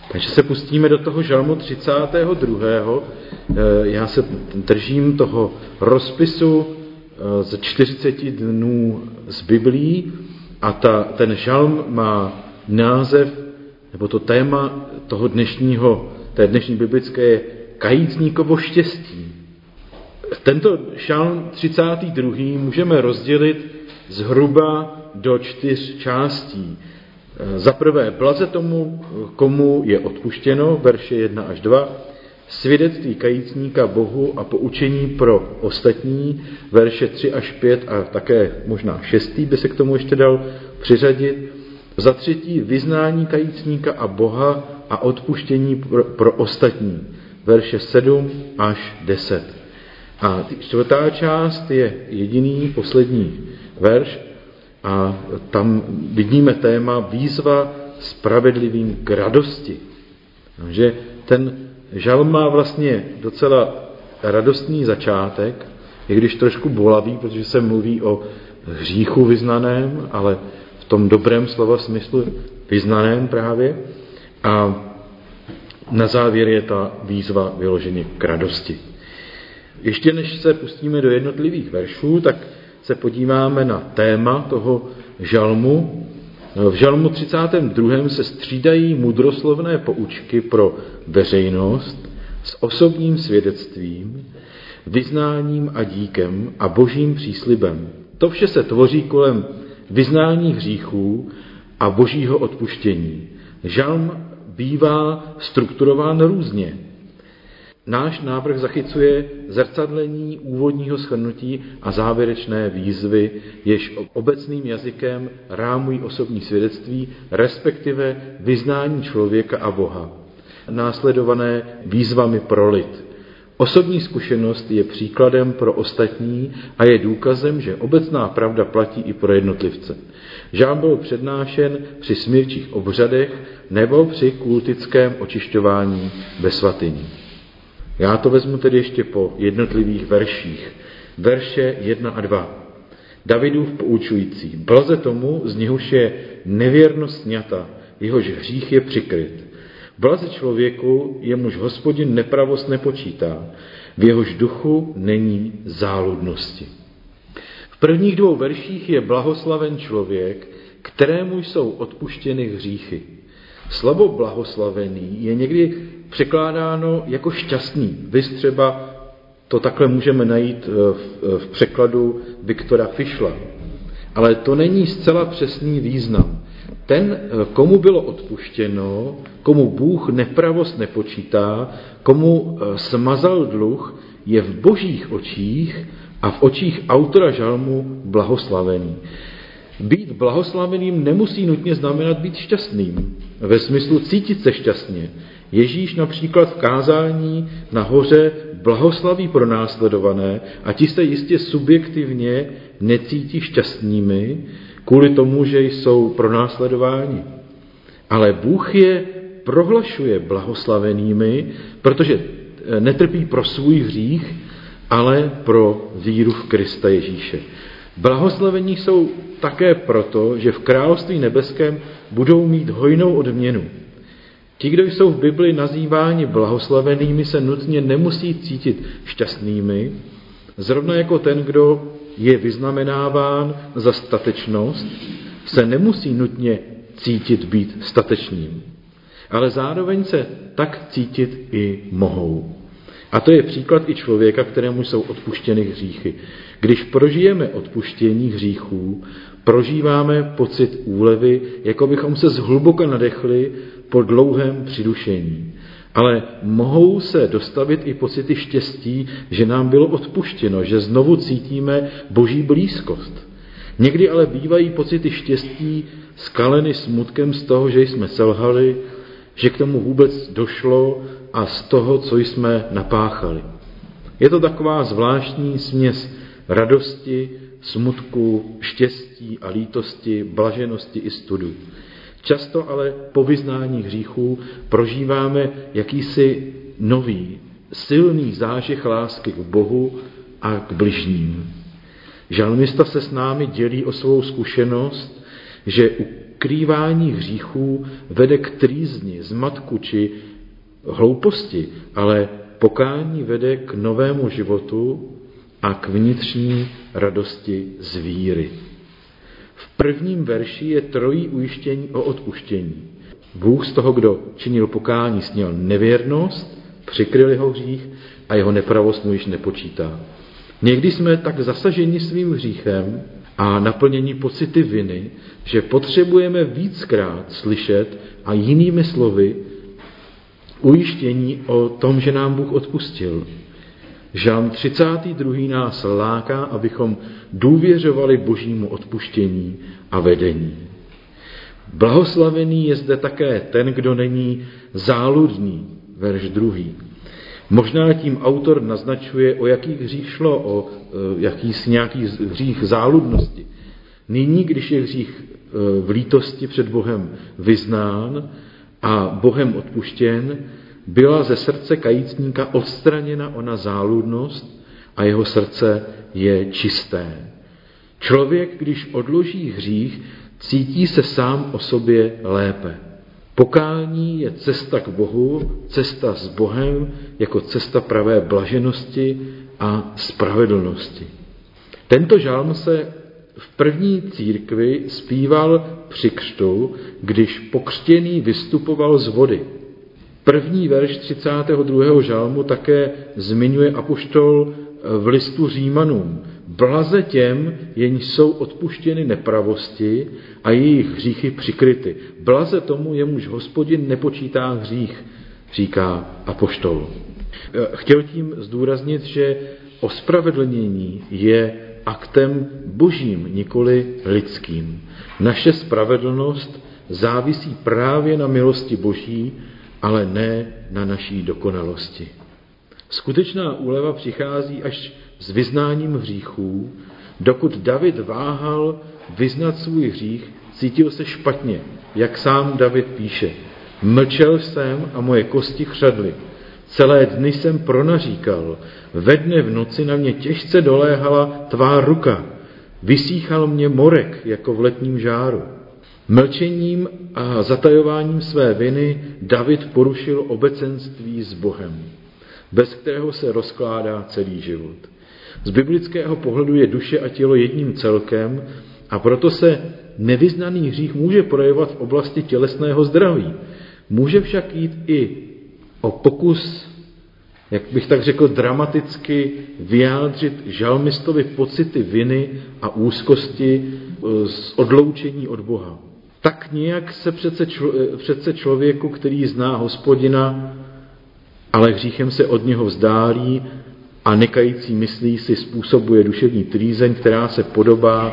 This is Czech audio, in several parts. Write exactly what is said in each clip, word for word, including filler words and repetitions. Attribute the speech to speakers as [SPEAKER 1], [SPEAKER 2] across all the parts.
[SPEAKER 1] Takže se pustíme do toho žalmu třicátého druhého Já se držím toho rozpisu ze čtyřiceti dnů z Biblií a ta, ten žalm má název, nebo to téma toho dnešního, té dnešní biblické je kajícníkovo štěstí. Tento žalm třicátý druhý můžeme rozdělit zhruba do čtyř částí. Za prvé, blaze tomu, komu je odpuštěno, verše jedna až dva, svědectví kajícníka Bohu a poučení pro ostatní, verše tři až pět a také možná šestý by se k tomu ještě dal přiřadit. Za třetí, vyznání kajícníka a Boha a odpuštění pro, pro ostatní, verše sedm až deset. A čtvrtá část je jediný, poslední verš a tam vidíme téma výzva spravedlivým k radosti. Takže ten žalm má vlastně docela radostný začátek, i když trošku bolavý, protože se mluví o hříchu vyznaném, ale v tom dobrém slova smyslu vyznaném právě. A na závěr je ta výzva vyloženě k radosti. Ještě než se pustíme do jednotlivých veršů, tak se podíváme na téma toho žalmu. V žalmu třicátém druhém se střídají mudroslovné poučky pro veřejnost s osobním svědectvím, vyznáním a díkem a božím příslibem. To vše se tvoří kolem vyznání hříchů a božího odpuštění. Žalm bývá strukturován různě. Náš návrh zachycuje zrcadlení úvodního shrnutí a závěrečné výzvy, jež obecným jazykem rámují osobní svědectví, respektive vyznání člověka a Boha, následované výzvami pro lid. Osobní zkušenost je příkladem pro ostatní a je důkazem, že obecná pravda platí i pro jednotlivce. Žálm byl přednášen při smírčích obřadech nebo při kultickém očišťování ve svatyni. Já to vezmu tedy ještě po jednotlivých verších. Verše jedna a dva. Davidův poučující. Blaze tomu, z něhož je nevěrnost sňata, jehož hřích je přikryt. Blaze člověku, jemuž Hospodin nepravost nepočítá, v jehož duchu není záludnosti. V prvních dvou verších je blahoslaven člověk, kterému jsou odpuštěny hříchy. Slovo blahoslavený je někdy překládáno jako šťastný. Viz třeba to takhle můžeme najít v, v překladu Viktora Fischla. Ale to není zcela přesný význam. Ten, komu bylo odpuštěno, komu Bůh nepravost nepočítá, komu smazal dluh, je v božích očích a v očích autora žalmu blahoslavený. Být blahoslaveným nemusí nutně znamenat být šťastným. Ve smyslu cítit se šťastně. Ježíš například v kázání nahoře blahoslaví pronásledované a ti se jistě subjektivně necítí šťastnými kvůli tomu, že jsou pronásledováni. Ale Bůh je prohlašuje blahoslavenými, protože netrpí pro svůj hřích, ale pro víru v Krista Ježíše. Blahoslavení jsou také proto, že v království nebeském budou mít hojnou odměnu. Ti, kdo jsou v Bibli nazýváni blahoslavenými, se nutně nemusí cítit šťastnými, zrovna jako ten, kdo je vyznamenáván za statečnost, se nemusí nutně cítit být statečným. Ale zároveň se tak cítit i mohou. A to je příklad i člověka, kterému jsou odpuštěny hříchy. Když prožijeme odpuštění hříchů, prožíváme pocit úlevy, jako bychom se zhluboka nadechli po dlouhém přidušení. Ale mohou se dostavit i pocity štěstí, že nám bylo odpuštěno, že znovu cítíme boží blízkost. Někdy ale bývají pocity štěstí skaleny smutkem z toho, že jsme selhali, že k tomu vůbec došlo a z toho, co jsme napáchali. Je to taková zvláštní směs radosti, smutku, štěstí a lítosti, blaženosti i studu. Často ale po vyznání hříchů prožíváme jakýsi nový, silný zážeh lásky k Bohu a k bližním. Žalmista se s námi dělí o svou zkušenost, že u ukrývání hříchů vede k trýzni, zmatku či hlouposti, ale pokání vede k novému životu a k vnitřní radosti z víry. V prvním verši je trojí ujištění o odpuštění. Bůh z toho, kdo činil pokání, sněl nevěrnost, přikryl jeho hřích a jeho nepravost mu již nepočítá. Někdy jsme tak zasaženi svým hříchem a naplnění pocity viny, že potřebujeme víckrát slyšet a jinými slovy ujištění o tom, že nám Bůh odpustil. Žalm třicátý druhý nás láká, abychom důvěřovali Božímu odpuštění a vedení. Blahoslavený je zde také ten, kdo není záludný, verš druhý. Možná tím autor naznačuje, o jaký hřích šlo, o jakýsi nějaký hřích záludnosti. Nyní, když je hřích v lítosti před Bohem vyznán a Bohem odpuštěn, byla ze srdce kajícníka odstraněna ona záludnost a jeho srdce je čisté. Člověk, když odloží hřích, cítí se sám o sobě lépe. Pokání je cesta k Bohu, cesta s Bohem jako cesta pravé blaženosti a spravedlnosti. Tento žalm se v první církvi zpíval při křtu, když pokřtěný vystupoval z vody. První verš třicátého druhého žalmu také zmiňuje apoštol v listu Římanům. Blaze těm, jenž jsou odpuštěny nepravosti a jejich hříchy přikryty. Blaze tomu, jemuž Hospodin nepočítá hřích, říká apoštol. Chtěl tím zdůraznit, že ospravedlnění je aktem božím, nikoli lidským. Naše spravedlnost závisí právě na milosti boží, ale ne na naší dokonalosti. Skutečná úleva přichází až s vyznáním hříchů. Dokud David váhal vyznat svůj hřích, cítil se špatně, jak sám David píše. Mlčel jsem a moje kosti chřadly. Celé dny jsem pronaříkal. Ve dne v noci na mě těžce doléhala tvá ruka. Vysíchal mě morek jako v letním žáru. Mlčením a zatajováním své viny David porušil obecenství s Bohem, bez kterého se rozkládá celý život. Z biblického pohledu je duše a tělo jedním celkem a proto se nevyznaný hřích může projevovat v oblasti tělesného zdraví. Může však jít i o pokus, jak bych tak řekl, dramaticky vyjádřit žalmistovi pocity viny a úzkosti z odloučení od Boha. Tak nějak se přece, člo, přece člověku, který zná Hospodina, ale hříchem se od něho vzdálí a nekající myslí si způsobuje duševní trýzeň, která se podobá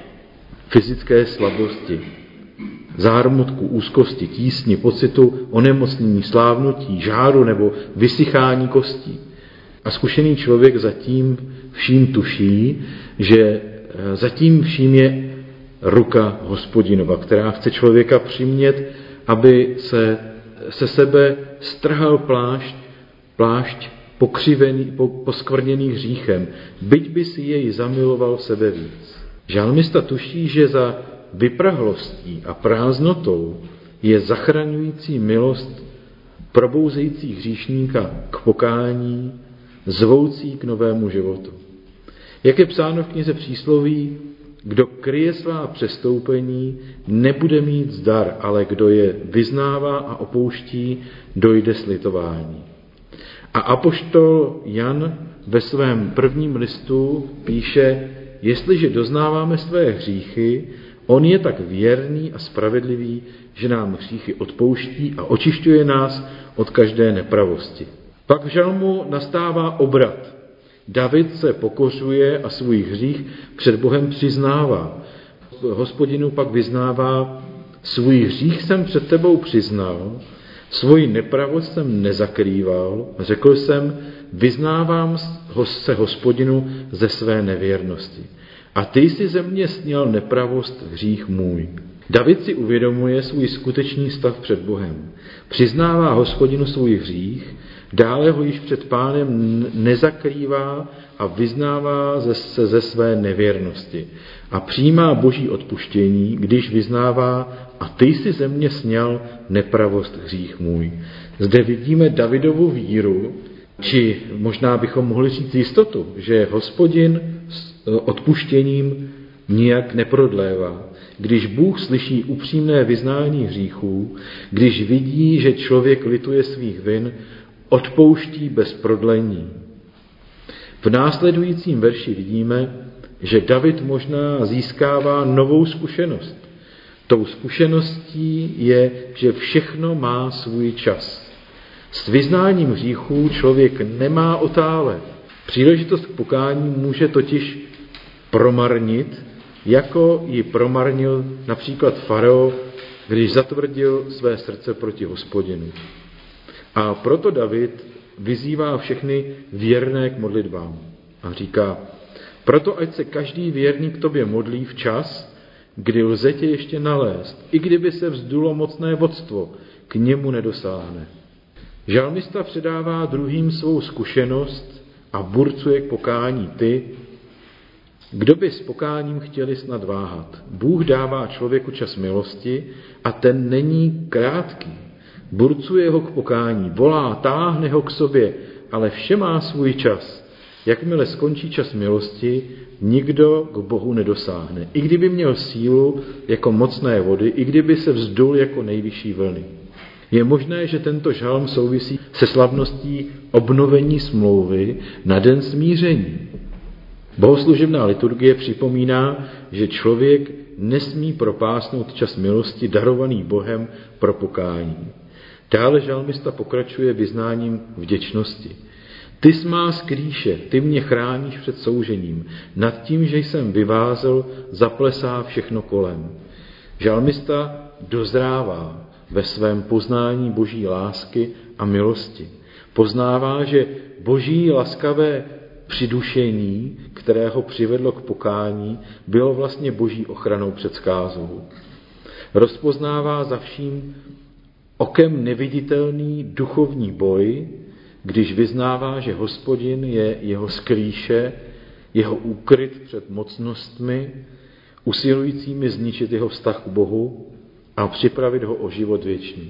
[SPEAKER 1] fyzické slabosti, zármutku, úzkosti, tísni, pocitu onemocnění, slávnutí, žáru nebo vysychání kostí. A zkušený člověk zatím vším tuší, že zatím vším je ruka Hospodinova, která chce člověka přimět, aby se se sebe strhal plášť, plášť pokřivený, po, poskvrněný hříchem, byť by si jej zamiloval sebe víc. Žalmista tuší, že za vyprahlostí a prázdnotou je zachraňující milost probouzející hříšníka k pokání, zvoucí k novému životu. Jak je psáno v knize Přísloví, kdo kryje svá přestoupení, nebude mít zdar, ale kdo je vyznává a opouští, dojde slitování. A apoštol Jan ve svém prvním listu píše, jestliže doznáváme své hříchy, on je tak věrný a spravedlivý, že nám hříchy odpouští a očišťuje nás od každé nepravosti. Pak v žalmu nastává obrat. David se pokořuje a svůj hřích před Bohem přiznává. Hospodinu pak vyznává, svůj hřích jsem před tebou přiznal, svoji nepravost jsem nezakrýval, řekl jsem, vyznávám se Hospodinu ze své nevěrnosti. A ty jsi ze mě sněl nepravost, hřích můj. David si uvědomuje svůj skutečný stav před Bohem. Přiznává Hospodinu svůj hřích, dále ho již před Pánem nezakrývá a vyznává se ze své nevěrnosti. A přijímá boží odpuštění, když vyznává: a ty jsi ze mě sněl nepravost, hřích můj. Zde vidíme Davidovu víru, či možná bychom mohli říct jistotu, že Hospodin s odpuštěním nijak neprodlévá. Když Bůh slyší upřímné vyznání hříchů, když vidí, že člověk lituje svých vin, odpouští bez prodlení. V následujícím verši vidíme, že David možná získává novou zkušenost. Tou zkušeností je, že všechno má svůj čas. S vyznáním hříchů člověk nemá otálet. Příležitost k pokání může totiž promarnit, jako ji promarnil například farao, když zatvrdil své srdce proti Hospodinu. A proto David vyzývá všechny věrné k modlitbám a říká: proto ať se každý věrný k tobě modlí včas, kdy lze tě ještě nalézt, i kdyby se vzdulo mocné vodstvo, k němu nedosáhne. Žalmista předává druhým svou zkušenost a burcuje k pokání ty, kdo by s pokáním chtěli snad váhat. Bůh dává člověku čas milosti a ten není krátký. Burcuje ho k pokání, volá, táhne ho k sobě, ale vše má svůj čas. Jakmile skončí čas milosti, nikdo k Bohu nedosáhne. I kdyby měl sílu jako mocné vody, i kdyby se vzdul jako nejvyšší vlny. Je možné, že tento žalm souvisí se slavností obnovení smlouvy na den smíření. Bohoslužebná liturgie připomíná, že člověk nesmí propásnout čas milosti darovaný Bohem pro pokání. Dále žalmista pokračuje vyznáním vděčnosti. Ty jsi má skrýše, ty mě chráníš před soužením. Nad tím, že jsem vyvázel, zaplesá všechno kolem. Žalmista dozrává ve svém poznání boží lásky a milosti. Poznává, že boží laskavé přidušení, které ho přivedlo k pokání, bylo vlastně boží ochranou před zkázou. Rozpoznává za vším okem neviditelný duchovní boj, když vyznává, že Hospodin je jeho skrýše, jeho úkryt před mocnostmi, usilujícími zničit jeho vztah k Bohu a připravit ho o život věčný.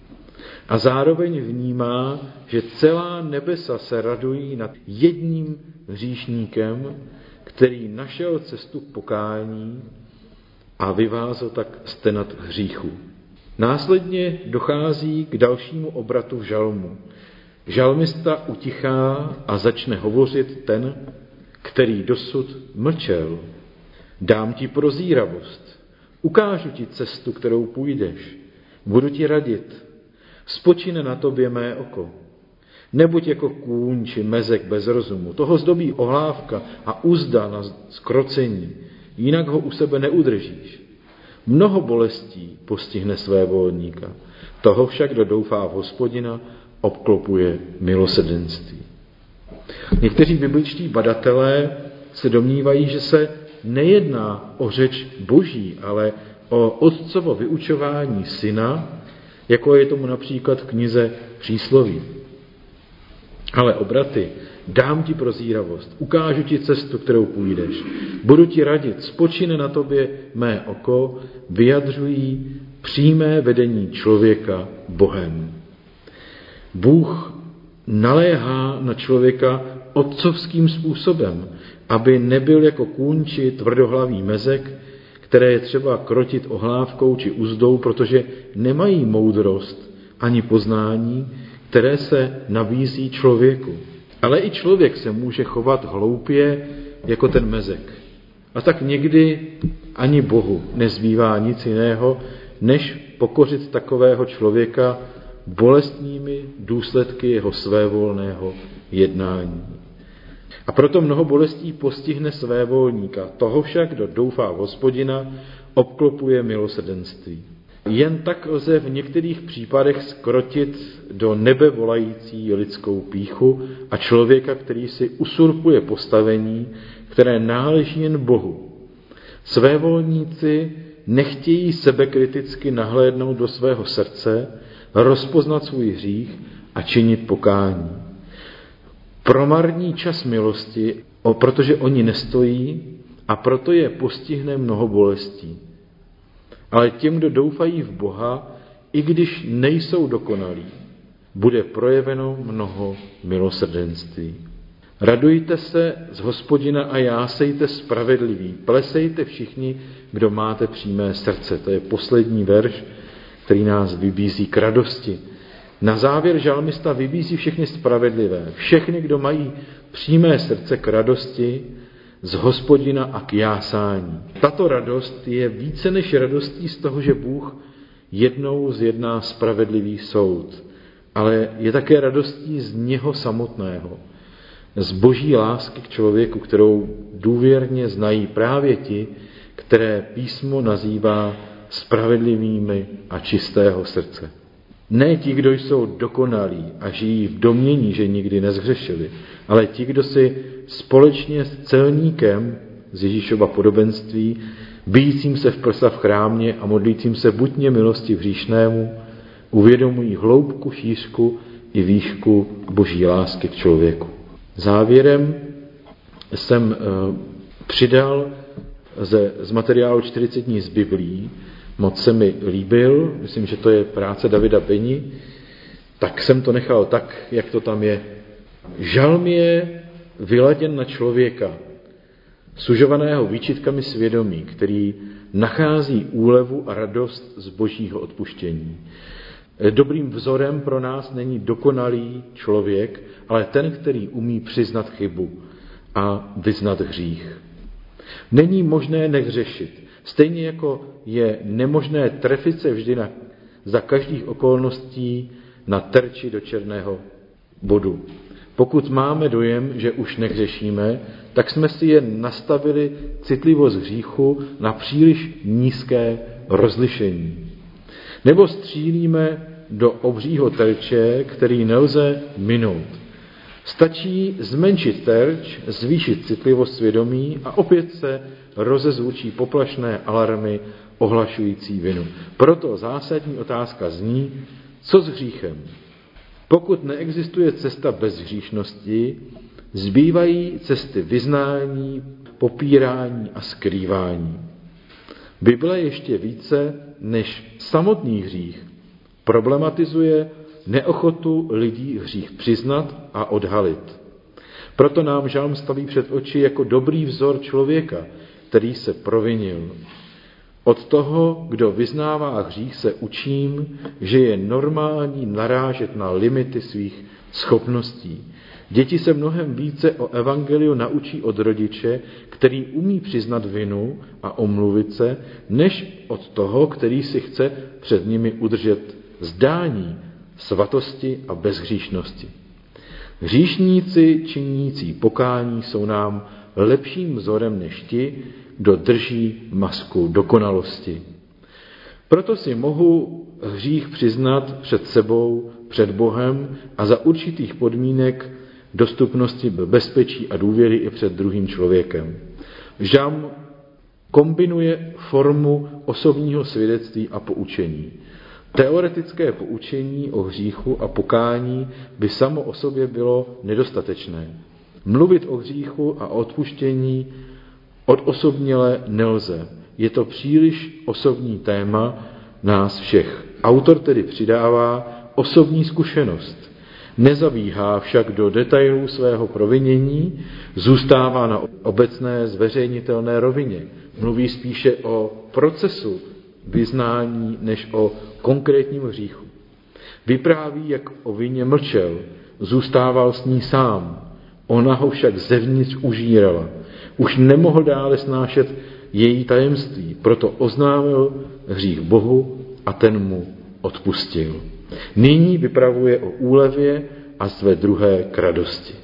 [SPEAKER 1] A zároveň vnímá, že celá nebesa se radují nad jedním hříšníkem, který našel cestu k pokání a vyvázl tak stenat hříchu. Následně dochází k dalšímu obratu v žalmu. Žalmista utichá a začne hovořit ten, který dosud mlčel. Dám ti prozíravost, ukážu ti cestu, kterou půjdeš, budu ti radit, spočine na tobě mé oko. Nebuď jako kůň či mezek bez rozumu, toho zdobí ohlávka a uzda na zkrocení, jinak ho u sebe neudržíš. Mnoho bolestí postihne své volníka, toho však, kdo doufá v Hospodina, obklopuje milosrdenství. Někteří bibličtí badatelé se domnívají, že se nejedná o řeč boží, ale o otcovo vyučování syna, jako je tomu například v knize Přísloví. Ale obraty, dám ti prozíravost, ukážu ti cestu, kterou půjdeš, budu ti radit, spočine na tobě mé oko, vyjadřují přímé vedení člověka Bohem. Bůh naléhá na člověka otcovským způsobem, aby nebyl jako kůň či tvrdohlavý mezek, které je třeba krotit ohlávkou či uzdou, protože nemají moudrost ani poznání, které se nabízí člověku. Ale i člověk se může chovat hloupě jako ten mezek. A tak někdy ani Bohu nezbývá nic jiného, než pokořit takového člověka bolestnými důsledky jeho svévolného jednání. A proto mnoho bolestí postihne svévolníka. Toho však, kdo doufá v Hospodina, obklopuje milosrdenství. Jen tak lze v některých případech zkrotit do nebe volající lidskou pýchu a člověka, který si usurpuje postavení, které náleží jen Bohu. Svévolníci nechtějí sebekriticky nahlédnout do svého srdce, rozpoznat svůj hřích a činit pokání. Promarní čas milosti, protože oni nestojí a proto je postihne mnoho bolestí. Ale těm, kdo doufají v Boha, i když nejsou dokonalí, bude projeveno mnoho milosrdenství. Radujte se z Hospodina a jásejte spravedliví. Plesejte všichni, kdo máte přímé srdce. To je poslední verš, který nás vybízí k radosti. Na závěr žalmista vybízí všechny spravedlivé, všechny, kdo mají přímé srdce, k radosti z Hospodina a k jásání. Tato radost je více než radostí z toho, že Bůh jednou zjedná spravedlivý soud, ale je také radostí z něho samotného, z boží lásky k člověku, kterou důvěrně znají právě ti, které písmo nazývá spravedlivými a čistého srdce. Ne ti, kdo jsou dokonalí a žijí v domnění, že nikdy nezhřešili, ale ti, kdo si společně s celníkem z Ježíšova podobenství, bijícím se v prsa v chrámě a modlícím se buďně milosti hříšnému, uvědomují hloubku, šířku i výšku boží lásky k člověku. Závěrem jsem přidal ze, z materiálu čtyřicet dní z Biblií, moc se mi líbil, myslím, že to je práce Davida Beni, tak jsem to nechal tak, jak to tam je. Žalm je vyladěn na člověka, sužovaného výčitkami svědomí, který nachází úlevu a radost z božího odpuštění. Dobrým vzorem pro nás není dokonalý člověk, ale ten, který umí přiznat chybu a vyznat hřích. Není možné nehřešit, stejně jako je nemožné trefit se vždy na, za každých okolností na terči do černého bodu. Pokud máme dojem, že už nehřešíme, tak jsme si jen nastavili citlivost hříchu na příliš nízké rozlišení. Nebo střílíme do obřího terče, který nelze minout. Stačí zmenšit terč, zvýšit citlivost svědomí a opět se rozezvučí poplašné alarmy ohlašující vinu. Proto zásadní otázka zní, co s hříchem? Pokud neexistuje cesta bez hříšnosti, zbývají cesty vyznání, popírání a skrývání. Bible ještě více než samotný hřích problematizuje neochotu lidí hřích přiznat a odhalit. Proto nám žalm staví před oči jako dobrý vzor člověka, který se provinil. Od toho, kdo vyznává hřích, se učím, že je normální narážet na limity svých schopností. Děti se mnohem více o evangeliu naučí od rodiče, který umí přiznat vinu a omluvit se, než od toho, který si chce před nimi udržet zdání svatosti a bezhříšnosti. Hříšníci činící pokání jsou nám lepším vzorem než ti, kdo drží masku dokonalosti. Proto si mohu hřích přiznat před sebou, před Bohem a za určitých podmínek dostupnosti bezpečí a důvěry i před druhým člověkem. Žalm kombinuje formu osobního svědectví a poučení. Teoretické poučení o hříchu a pokání by samo o sobě bylo nedostatečné. Mluvit o hříchu a o odpuštění odosobněle nelze. Je to příliš osobní téma nás všech. Autor tedy přidává osobní zkušenost. Nezavíhá však do detailů svého provinění, zůstává na obecné zveřejnitelné rovině. Mluví spíše o procesu vyznání než o konkrétním hříchu. Vypráví, jak o vině mlčel, zůstával s ní sám. Ona ho však zevnitř užírala. Už nemohl dále snášet její tajemství, proto oznámil hřích Bohu a ten mu odpustil. Nyní vypravuje o úlevě a své druhé k radosti.